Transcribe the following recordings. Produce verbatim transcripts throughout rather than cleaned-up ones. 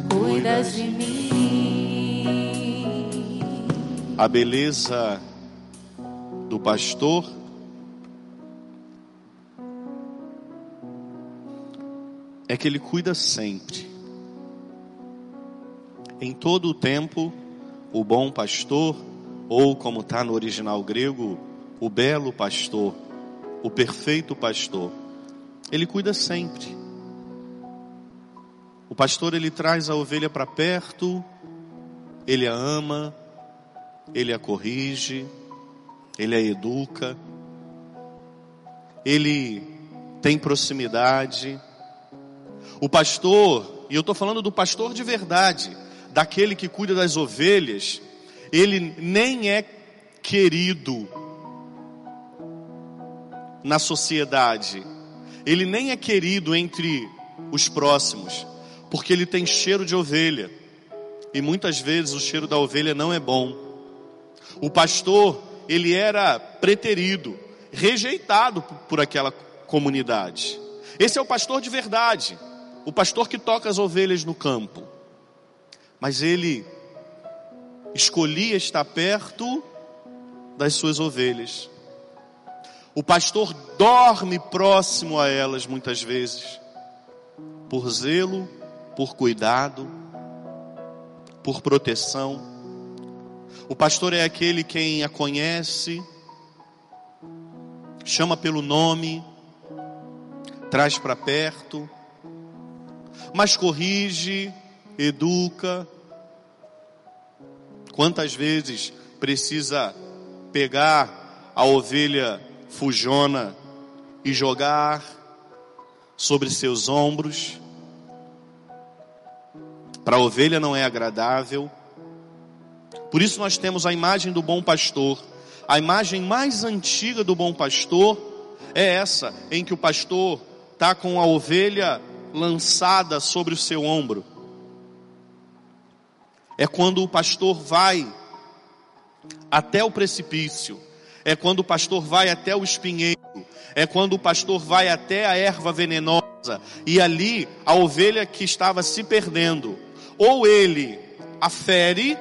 cuidas de mim. A beleza do pastor é que ele cuida sempre. Em todo o tempo, o bom pastor, ou como está no original grego, o belo pastor, o perfeito pastor, ele cuida sempre. O pastor, ele traz a ovelha para perto, ele a ama, ele a corrige, ele a educa, ele tem proximidade. O pastor, e eu estou falando do pastor de verdade, daquele que cuida das ovelhas, ele nem é querido na sociedade, ele nem é querido entre os próximos, porque ele tem cheiro de ovelha, e muitas vezes o cheiro da ovelha não é bom. O pastor, ele era preterido, rejeitado por aquela comunidade. Esse é o pastor de verdade, o pastor que toca as ovelhas no campo. Mas ele escolhia estar perto das suas ovelhas. O pastor dorme próximo a elas muitas vezes, por zelo, por cuidado, por proteção. O pastor é aquele quem a conhece, chama pelo nome, traz para perto, mas corrige, educa. Quantas vezes precisa pegar a ovelha fujona e jogar sobre seus ombros? Para a ovelha não é agradável. Por isso nós temos a imagem do bom pastor. A imagem mais antiga do bom pastor é essa, em que o pastor está com a ovelha lançada sobre o seu ombro. É quando o pastor vai até o precipício, é quando o pastor vai até o espinheiro, é quando o pastor vai até a erva venenosa, e ali a ovelha que estava se perdendo, ou ele a fere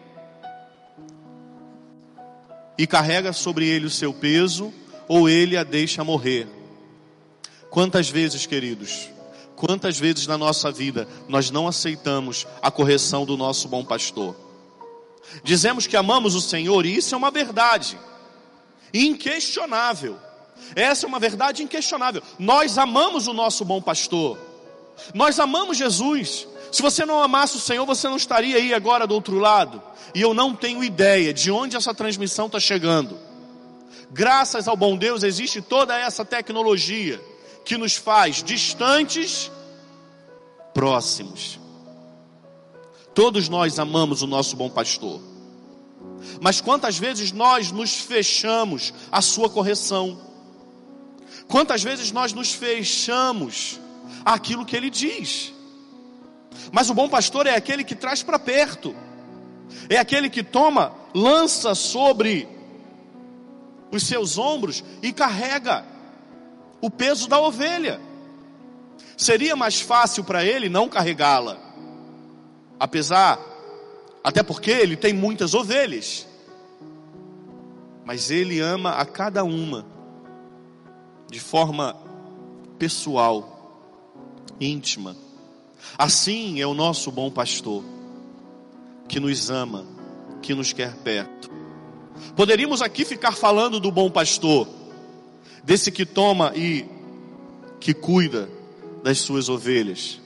e carrega sobre ele o seu peso, ou ele a deixa morrer. Quantas vezes, queridos, quantas vezes na nossa vida nós não aceitamos a correção do nosso bom pastor? Dizemos que amamos o Senhor, e isso é uma verdade inquestionável. Essa é uma verdade inquestionável. Nós amamos o nosso bom pastor, nós amamos Jesus. Se você não amasse o Senhor, você não estaria aí agora do outro lado. E eu não tenho ideia de onde essa transmissão está chegando. Graças ao bom Deus existe toda essa tecnologia que nos faz distantes, próximos. Todos nós amamos o nosso bom pastor. Mas quantas vezes nós nos fechamos à sua correção? Quantas vezes nós nos fechamos àquilo que ele diz? Mas o bom pastor é aquele que traz para perto. É aquele que toma, lança sobre os seus ombros e carrega o peso da ovelha. Seria mais fácil para ele não carregá-la, apesar, até porque ele tem muitas ovelhas, mas ele ama a cada uma de forma pessoal, íntima. Assim é o nosso bom pastor, que nos ama, que nos quer perto. Poderíamos aqui ficar falando do bom pastor, desse que toma e que cuida das suas ovelhas.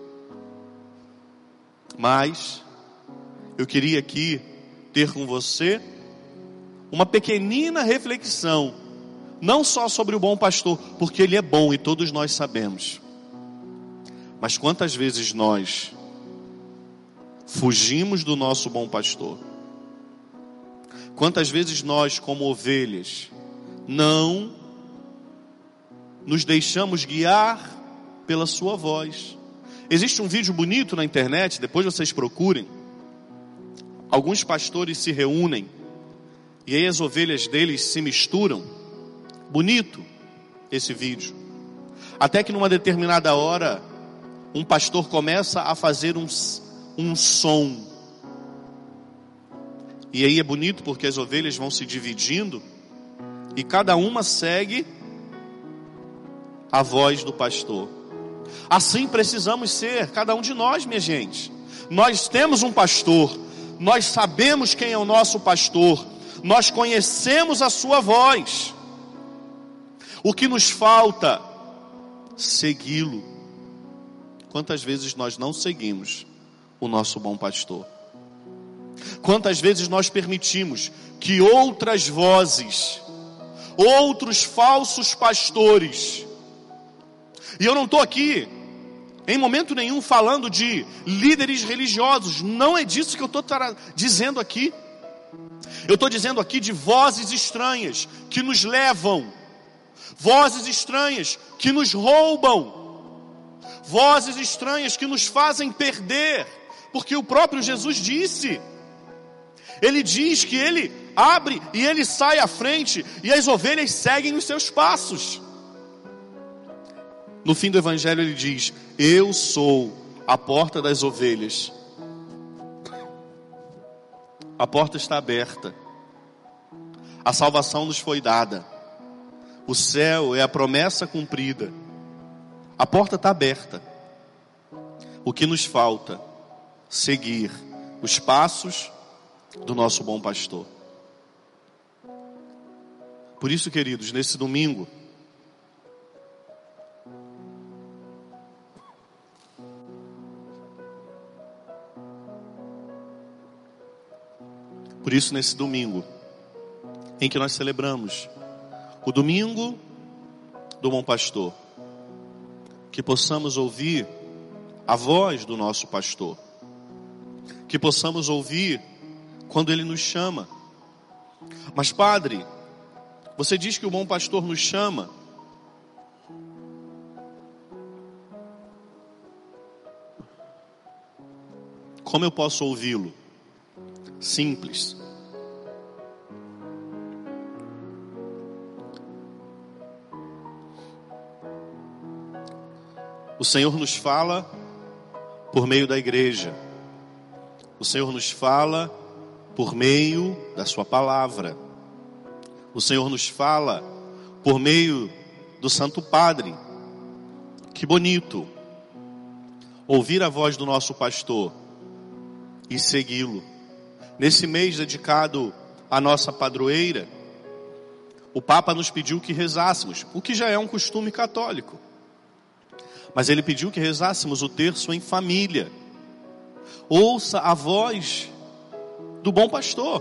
Mas eu queria aqui ter com você uma pequenina reflexão, não só sobre o bom pastor, porque ele é bom e todos nós sabemos. Mas quantas vezes nós fugimos do nosso bom pastor? Quantas vezes nós, como ovelhas, não nos deixamos guiar pela sua voz? Existe um vídeo bonito na internet, depois vocês procurem. Alguns pastores se reúnem e aí as ovelhas deles se misturam. Bonito esse vídeo. Até que numa determinada hora, um pastor começa a fazer um, um som. E aí é bonito porque as ovelhas vão se dividindo e cada uma segue a voz do pastor. Assim precisamos ser, cada um de nós, minha gente. Nós temos um pastor, nós sabemos quem é o nosso pastor, nós conhecemos a sua voz. O que nos falta? Segui-lo. Quantas vezes nós não seguimos o nosso bom pastor? Quantas vezes nós permitimos que outras vozes, outros falsos pastores, e eu não estou aqui em momento nenhum falando de líderes religiosos, não é disso que eu estou dizendo aqui. Eu estou dizendo aqui de vozes estranhas que nos levam, vozes estranhas que nos roubam, vozes estranhas que nos fazem perder, porque o próprio Jesus disse, ele diz que ele abre e ele sai à frente e as ovelhas seguem os seus passos. No fim do evangelho ele diz: eu sou a porta das ovelhas. A porta está aberta. A salvação nos foi dada. O céu é a promessa cumprida. A porta está aberta. O que nos falta? Seguir os passos do nosso bom pastor. Por isso, queridos, nesse domingo, por isso nesse domingo, em que nós celebramos o domingo do bom pastor, que possamos ouvir a voz do nosso pastor, que possamos ouvir quando ele nos chama. Mas padre, você diz que o bom pastor nos chama. Como eu posso ouvi-lo? Simples. O Senhor nos fala por meio da igreja. O Senhor nos fala por meio da sua palavra. O Senhor nos fala por meio do Santo Padre. Que bonito ouvir a voz do nosso pastor e segui-lo. Nesse mês dedicado à nossa padroeira, o Papa nos pediu que rezássemos, o que já é um costume católico. Mas ele pediu que rezássemos o terço em família. Ouça a voz do bom pastor.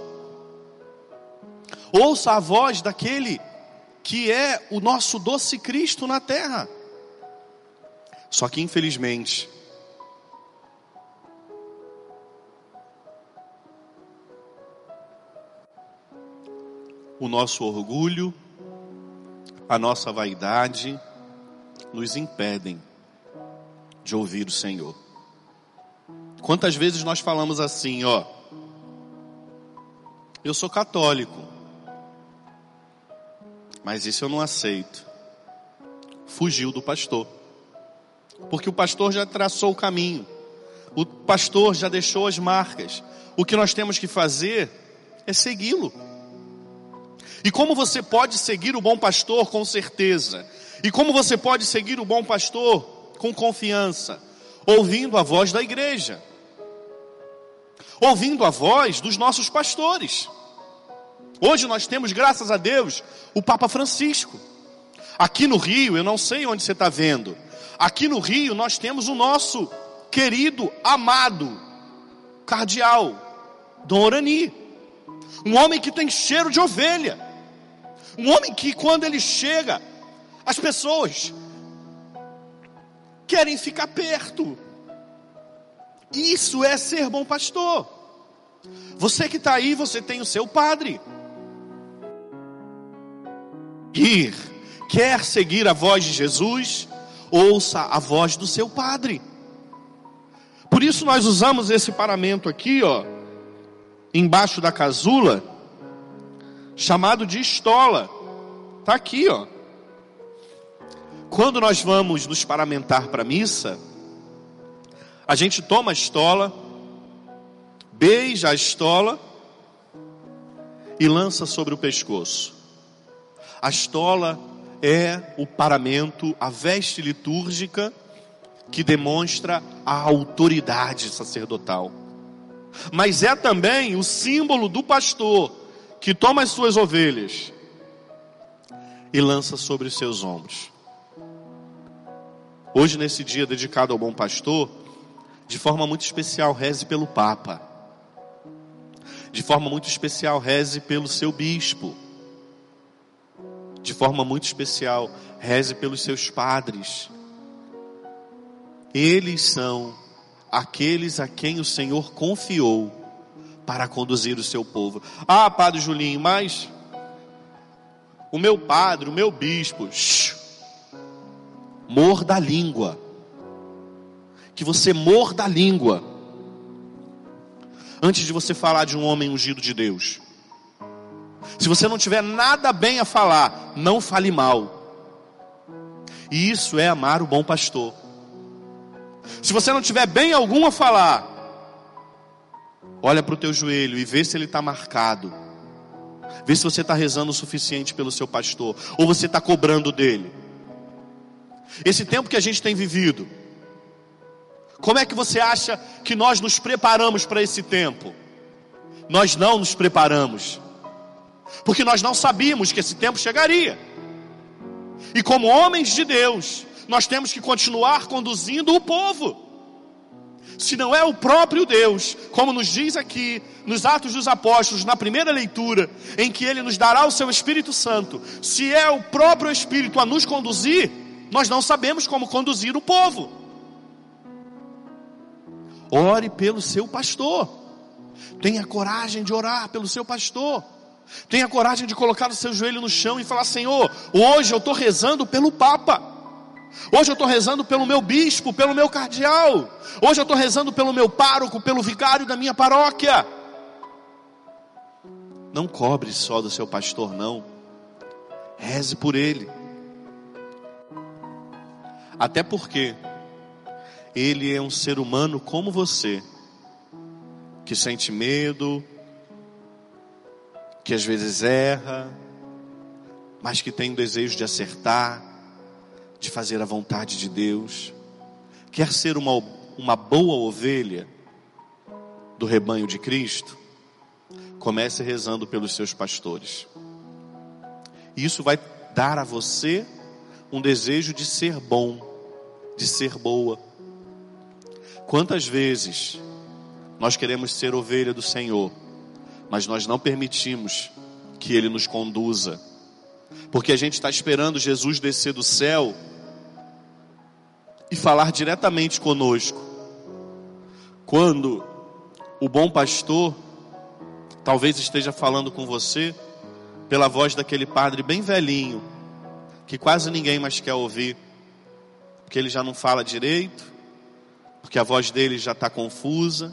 Ouça a voz daquele que é o nosso doce Cristo na terra. Só que infelizmente, o nosso orgulho, a nossa vaidade nos impedem de ouvir o Senhor. Quantas vezes nós falamos assim, ó, eu sou católico, mas isso eu não aceito. Fugiu do pastor, porque o pastor já traçou o caminho, o pastor já deixou as marcas. O que nós temos que fazer é segui-lo. E como você pode seguir o bom pastor com certeza? E como você pode seguir o bom pastor com confiança? Ouvindo a voz da igreja. Ouvindo a voz dos nossos pastores. Hoje nós temos, graças a Deus, o Papa Francisco. Aqui no Rio, eu não sei onde você está vendo. Aqui no Rio nós temos o nosso querido, amado cardeal Dom Orani. Um homem que tem cheiro de ovelha. Um homem que quando ele chega, as pessoas querem ficar perto. Isso é ser bom pastor. Você que está aí, você tem o seu padre. Ir, quer seguir a voz de Jesus, ouça a voz do seu padre. Por isso nós usamos esse paramento aqui, ó, embaixo da casula, chamado de estola. Está aqui, ó. Quando nós vamos nos paramentar para a missa, a gente toma a estola beija a estola e lança sobre o pescoço. A estola é o paramento, a veste litúrgica que demonstra a autoridade sacerdotal. Mas é também o símbolo do pastor que toma as suas ovelhas e lança sobre os seus ombros. Hoje, nesse dia dedicado ao bom pastor, de forma muito especial, reze pelo Papa. De forma muito especial, reze pelo seu bispo. De forma muito especial, reze pelos seus padres. Eles são aqueles a quem o Senhor confiou para conduzir o seu povo. Ah, Padre Julinho, mas o meu padre, o meu bispo, shh, morda a língua. Que você morda a língua antes de você falar de um homem ungido de Deus. Se você não tiver nada bem a falar, não fale mal. E isso é amar o bom pastor. Se você não tiver bem algum a falar, olha para o teu joelho e vê se ele está marcado. Vê se você está rezando o suficiente pelo seu pastor, ou você está cobrando dele. Esse tempo que a gente tem vivido, como é que você acha que nós nos preparamos para esse tempo? Nós não nos preparamos, porque nós não sabíamos que esse tempo chegaria. E como homens de Deus, nós temos que continuar conduzindo o povo. Se não é o próprio Deus, como nos diz aqui nos Atos dos Apóstolos, na primeira leitura, em que Ele nos dará o seu Espírito Santo, se é o próprio Espírito a nos conduzir, nós não sabemos como conduzir o povo. Ore pelo seu pastor. Tenha coragem de orar pelo seu pastor. Tenha coragem de colocar o seu joelho no chão e falar: Senhor, hoje eu estou rezando pelo Papa. Hoje eu estou rezando pelo meu bispo, pelo meu cardeal. Hoje eu estou rezando pelo meu pároco, pelo vicário da minha paróquia. Não cobre só do seu pastor, não. Reze por ele. Até porque ele é um ser humano como você, que sente medo, que às vezes erra, mas que tem o desejo de acertar, de fazer a vontade de Deus. Quer ser uma, uma boa ovelha do rebanho de Cristo? Comece rezando pelos seus pastores. Isso vai dar a você um desejo de ser bom, de ser boa. Quantas vezes nós queremos ser ovelha do Senhor, mas nós não permitimos que Ele nos conduza, porque a gente está esperando Jesus descer do céu e falar diretamente conosco, quando o bom pastor talvez esteja falando com você pela voz daquele padre bem velhinho, que quase ninguém mais quer ouvir, porque ele já não fala direito, porque a voz dele já está confusa.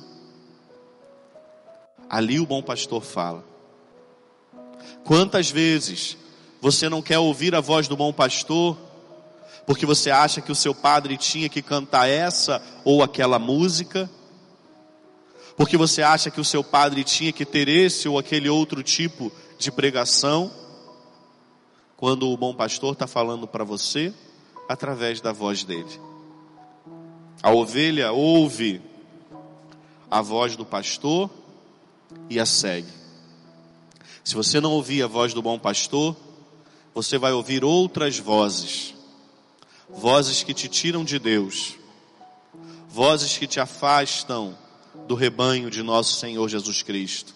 Ali o bom pastor fala. Quantas vezes você não quer ouvir a voz do bom pastor, porque você acha que o seu padre tinha que cantar essa ou aquela música, porque você acha que o seu padre tinha que ter esse ou aquele outro tipo de pregação, quando o bom pastor está falando para você através da voz dele. A ovelha ouve a voz do pastor e a segue. Se você não ouvir a voz do bom pastor, você vai ouvir outras vozes, vozes que te tiram de Deus, vozes que te afastam do rebanho de nosso Senhor Jesus Cristo,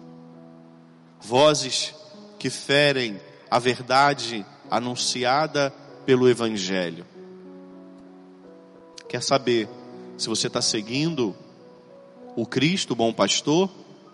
vozes que ferem a verdade anunciada pelo Evangelho. Quer saber se você está seguindo o Cristo, o bom pastor?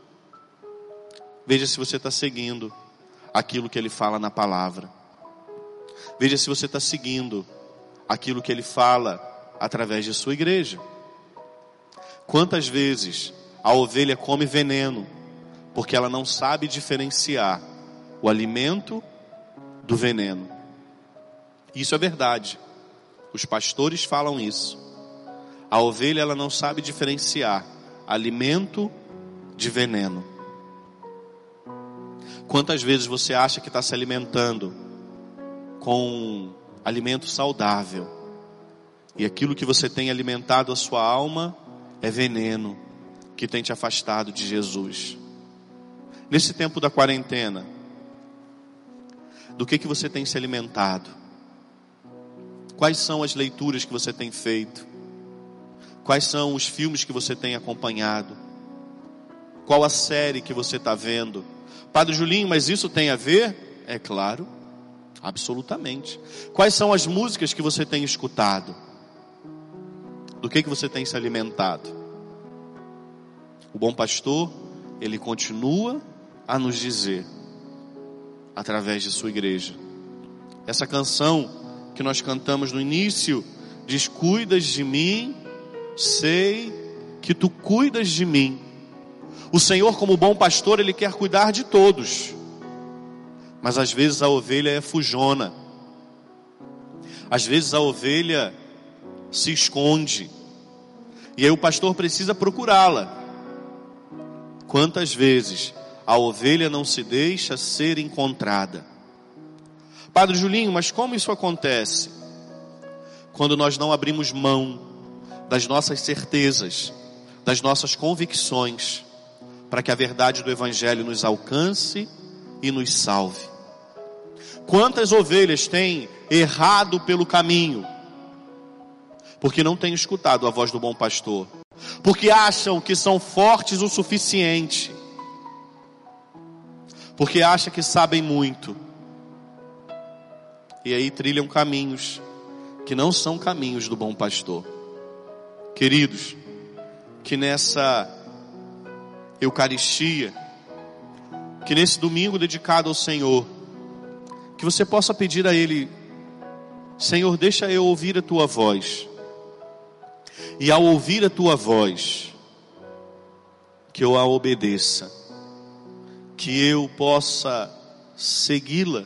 Veja se você está seguindo aquilo que Ele fala na palavra. Veja se você está seguindo aquilo que Ele fala através de sua igreja. Quantas vezes a ovelha come veneno, porque ela não sabe diferenciar o alimento do veneno. Isso é verdade. Os pastores falam isso. A ovelha ela não sabe diferenciar alimento de veneno. Quantas vezes você acha que está se alimentando com alimento saudável, e aquilo que você tem alimentado a sua alma é veneno que tem te afastado de Jesus? Nesse tempo da quarentena, do que que você tem se alimentado? Quais são as leituras que você tem feito? Quais são os filmes que você tem acompanhado? Qual a série que você está vendo? Padre Julinho, mas isso tem a ver? É claro, absolutamente. Quais são as músicas que você tem escutado? Do que que você tem se alimentado? O bom pastor, ele continua a nos dizer, através de sua igreja. Essa canção que nós cantamos no início diz: cuidas de mim, sei que tu cuidas de mim. O Senhor, como bom pastor, ele quer cuidar de todos, mas às vezes a ovelha é fujona, às vezes a ovelha se esconde, e aí o pastor precisa procurá-la. Quantas vezes a ovelha não se deixa ser encontrada? Padre Julinho, mas como isso acontece? Quando nós não abrimos mão das nossas certezas, das nossas convicções, para que a verdade do Evangelho nos alcance e nos salve. Quantas ovelhas têm errado pelo caminho, porque não têm escutado a voz do bom pastor, porque acham que são fortes o suficiente, porque acham que sabem muito, e aí trilham caminhos que não são caminhos do bom pastor. Queridos, que nessa Eucaristia, que nesse domingo dedicado ao Senhor, que você possa pedir a Ele: Senhor, deixa eu ouvir a Tua voz, e ao ouvir a Tua voz, que eu a obedeça, que eu possa segui-la.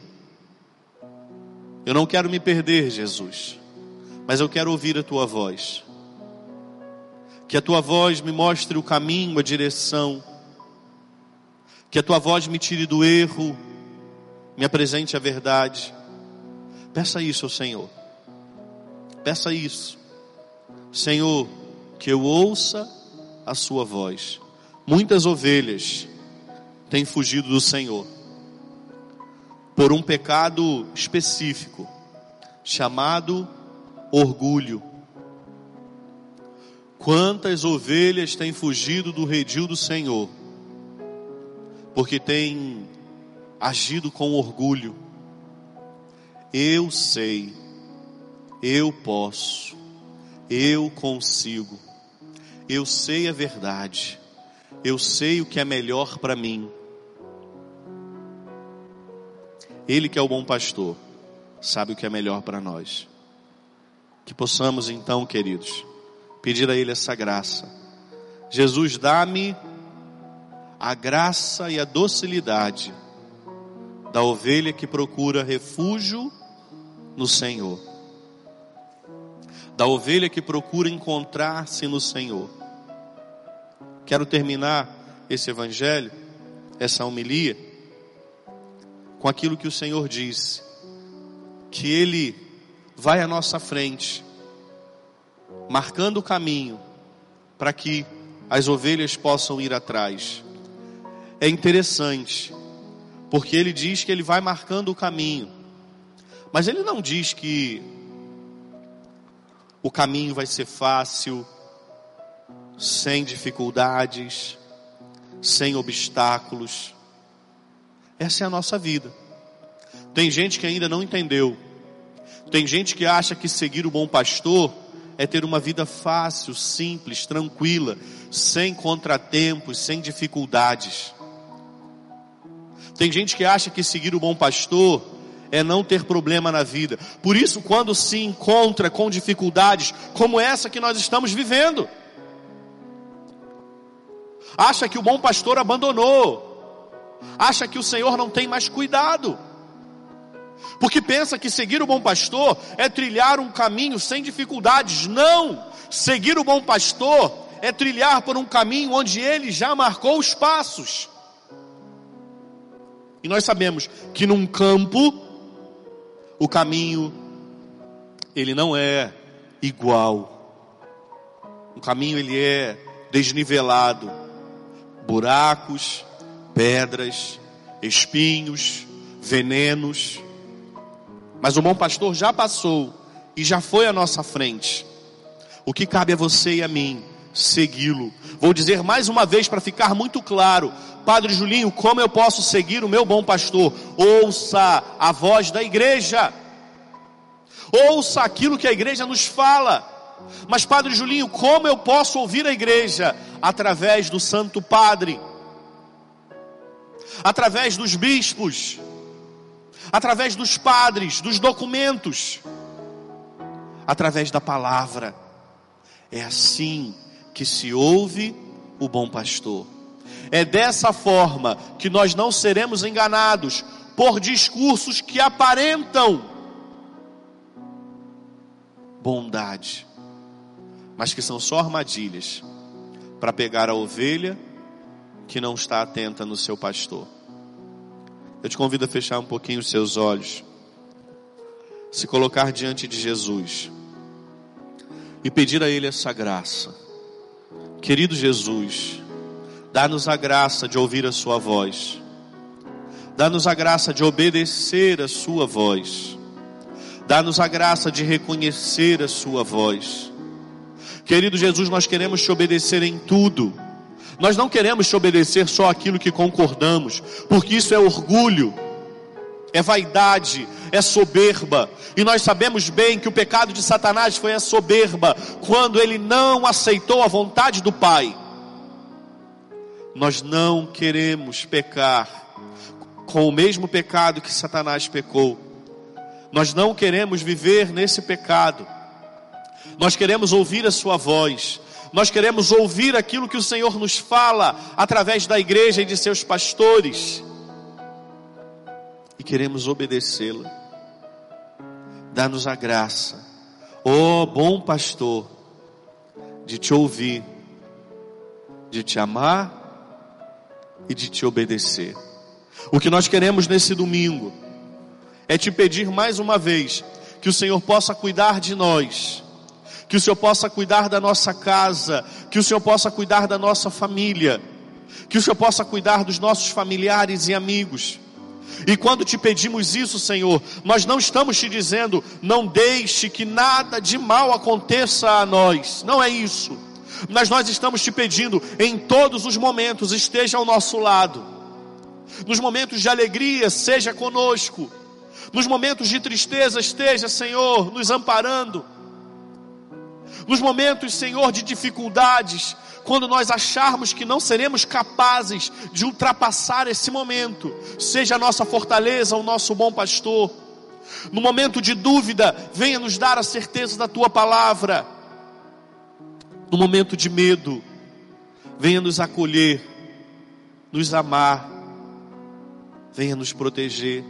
Eu não quero me perder, Jesus, mas eu quero ouvir a Tua voz. Que a Tua voz me mostre o caminho, a direção. Que a Tua voz me tire do erro, me apresente a verdade. Peça isso ao Senhor. Peça isso. Senhor, que eu ouça a Sua voz. Muitas ovelhas têm fugido do Senhor por um pecado específico, chamado orgulho. Quantas ovelhas têm fugido do redil do Senhor, porque têm agido com orgulho. Eu sei, eu posso, eu consigo, eu sei a verdade, eu sei o que é melhor para mim. Ele que é o bom pastor, sabe o que é melhor para nós. Que possamos então, queridos, pedir a Ele essa graça. Jesus, dá-me a graça e a docilidade da ovelha que procura refúgio no Senhor, da ovelha que procura encontrar-se no Senhor. Quero terminar esse evangelho, essa homilia, com aquilo que o Senhor disse, que Ele vai à nossa frente, marcando o caminho para que as ovelhas possam ir atrás. É interessante, porque Ele diz que Ele vai marcando o caminho, mas Ele não diz que o caminho vai ser fácil, sem dificuldades, sem obstáculos. Essa é a nossa vida. Tem gente que ainda não entendeu. Tem gente que acha que seguir o bom pastor é ter uma vida fácil, simples, tranquila, sem contratempos, sem dificuldades. Tem gente que acha que seguir o bom pastor é não ter problema na vida. Por isso, quando se encontra com dificuldades como essa que nós estamos vivendo, acha que o bom pastor abandonou, acha que o Senhor não tem mais cuidado, porque pensa que seguir o bom pastor é trilhar um caminho sem dificuldades. Não! Seguir o bom pastor é trilhar por um caminho onde Ele já marcou os passos. E nós sabemos que num campo, o caminho, ele não é igual. O caminho, ele é desnivelado. Buracos, pedras, espinhos, venenos. Mas o bom pastor já passou e já foi à nossa frente. O que cabe a você e a mim? Segui-lo. Vou dizer mais uma vez para ficar muito claro. Padre Julinho, como eu posso seguir o meu bom pastor? Ouça a voz da igreja. Ouça aquilo que a igreja nos fala. Mas Padre Julinho, como eu posso ouvir a igreja? Através do Santo Padre, através dos bispos, através dos padres, dos documentos, através da palavra. É assim que se ouve o bom pastor. É dessa forma que nós não seremos enganados por discursos que aparentam bondade, mas que são só armadilhas para pegar a ovelha que não está atenta no seu pastor. Eu te convido a fechar um pouquinho os seus olhos, se colocar diante de Jesus e pedir a Ele essa graça. Querido Jesus, dá-nos a graça de ouvir a sua voz. Dá-nos a graça de obedecer a sua voz. Dá-nos a graça de reconhecer a sua voz. Querido Jesus, nós queremos te obedecer em tudo. Nós não queremos te obedecer só aquilo que concordamos, porque isso é orgulho, é vaidade, é soberba. E nós sabemos bem que o pecado de Satanás foi a soberba, quando ele não aceitou a vontade do Pai. Nós não queremos pecar com o mesmo pecado que Satanás pecou. Nós não queremos viver nesse pecado. Nós queremos ouvir a sua voz. Nós queremos ouvir aquilo que o Senhor nos fala através da igreja e de seus pastores. E queremos obedecê-la. Dá-nos a graça, ó bom pastor, de te ouvir, de te amar e de te obedecer. O que nós queremos nesse domingo é te pedir mais uma vez que o Senhor possa cuidar de nós, que o Senhor possa cuidar da nossa casa, que o Senhor possa cuidar da nossa família, que o Senhor possa cuidar dos nossos familiares e amigos. E quando te pedimos isso, Senhor, nós não estamos te dizendo, não deixe que nada de mal aconteça a nós. Não é isso. Mas nós estamos te pedindo, em todos os momentos, esteja ao nosso lado. Nos momentos de alegria, seja conosco. Nos momentos de tristeza, esteja, Senhor, nos amparando. Nos momentos, Senhor, de dificuldades, quando nós acharmos que não seremos capazes de ultrapassar esse momento, seja a nossa fortaleza, o nosso bom pastor. No momento de dúvida, venha nos dar a certeza da tua palavra. No momento de medo, venha nos acolher, nos amar, venha nos proteger.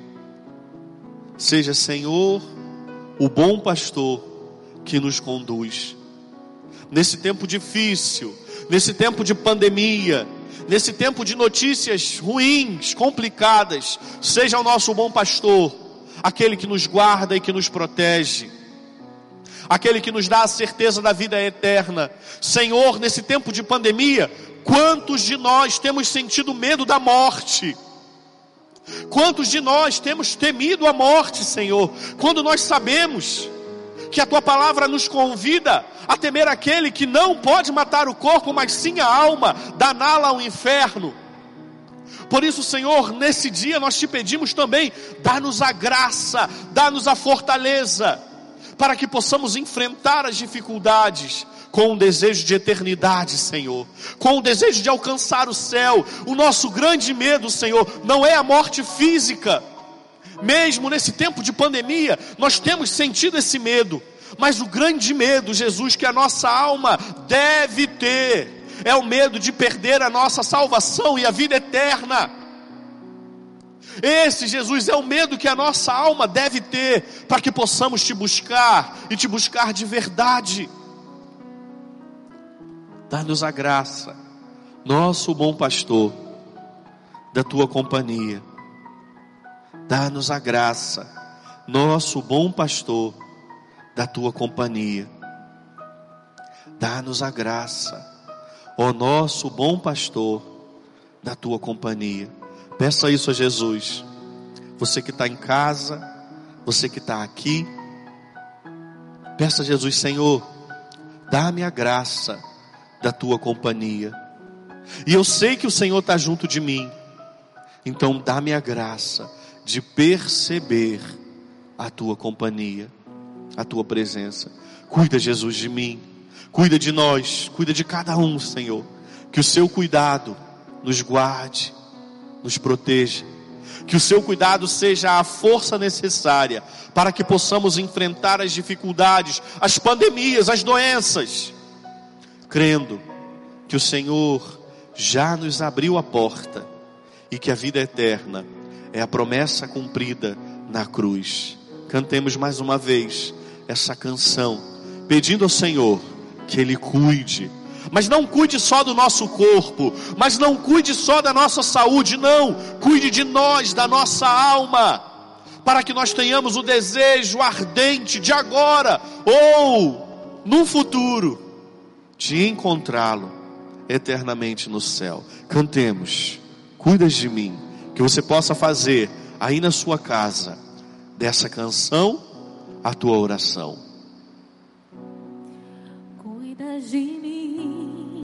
Seja, Senhor, o bom pastor que nos conduz. Nesse tempo difícil, nesse tempo de pandemia, nesse tempo de notícias ruins, complicadas, seja o nosso bom pastor, aquele que nos guarda e que nos protege, aquele que nos dá a certeza da vida eterna. Senhor, nesse tempo de pandemia, quantos de nós temos sentido medo da morte? Quantos de nós temos temido a morte, Senhor, quando nós sabemos que a tua palavra nos convida a temer aquele que não pode matar o corpo, mas sim a alma, daná-la ao inferno. Por isso, Senhor, nesse dia nós te pedimos também, dá-nos a graça, dá-nos a fortaleza, para que possamos enfrentar as dificuldades com um desejo de eternidade, Senhor, com um desejo de alcançar o céu. O nosso grande medo, Senhor, não é a morte física. Mesmo nesse tempo de pandemia, nós temos sentido esse medo, mas o grande medo, Jesus, que a nossa alma deve ter, é o medo de perder a nossa salvação e a vida eterna. Esse, Jesus, é o medo que a nossa alma deve ter, para que possamos te buscar, e te buscar de verdade. dá-nos a graça, nosso bom pastor, da tua companhia. Dá-nos a graça, nosso bom pastor, da tua companhia. Dá-nos a graça, ó nosso bom pastor, da tua companhia. Peça isso a Jesus. Você que está em casa, você que está aqui, peça a Jesus: Senhor, dá-me a graça da tua companhia. E eu sei que o Senhor está junto de mim, então dá-me a graça de perceber a tua companhia, a tua presença. Cuida, Jesus, de mim, cuida de nós, cuida de cada um, Senhor. Que o seu cuidado nos guarde, nos proteja. Que o seu cuidado seja a força necessária para que possamos enfrentar as dificuldades, as pandemias, as doenças, crendo que o Senhor já nos abriu a porta e que a vida eterna é a promessa cumprida na cruz. Cantemos mais uma vez essa canção, pedindo ao Senhor que Ele cuide, mas não cuide só do nosso corpo, mas não cuide só da nossa saúde, não, cuide de nós, da nossa alma, para que nós tenhamos o desejo ardente de agora, ou no futuro, de encontrá-lo eternamente no céu. Cantemos, cuidas de mim, que você possa fazer aí na sua casa dessa canção a tua oração. Cuida de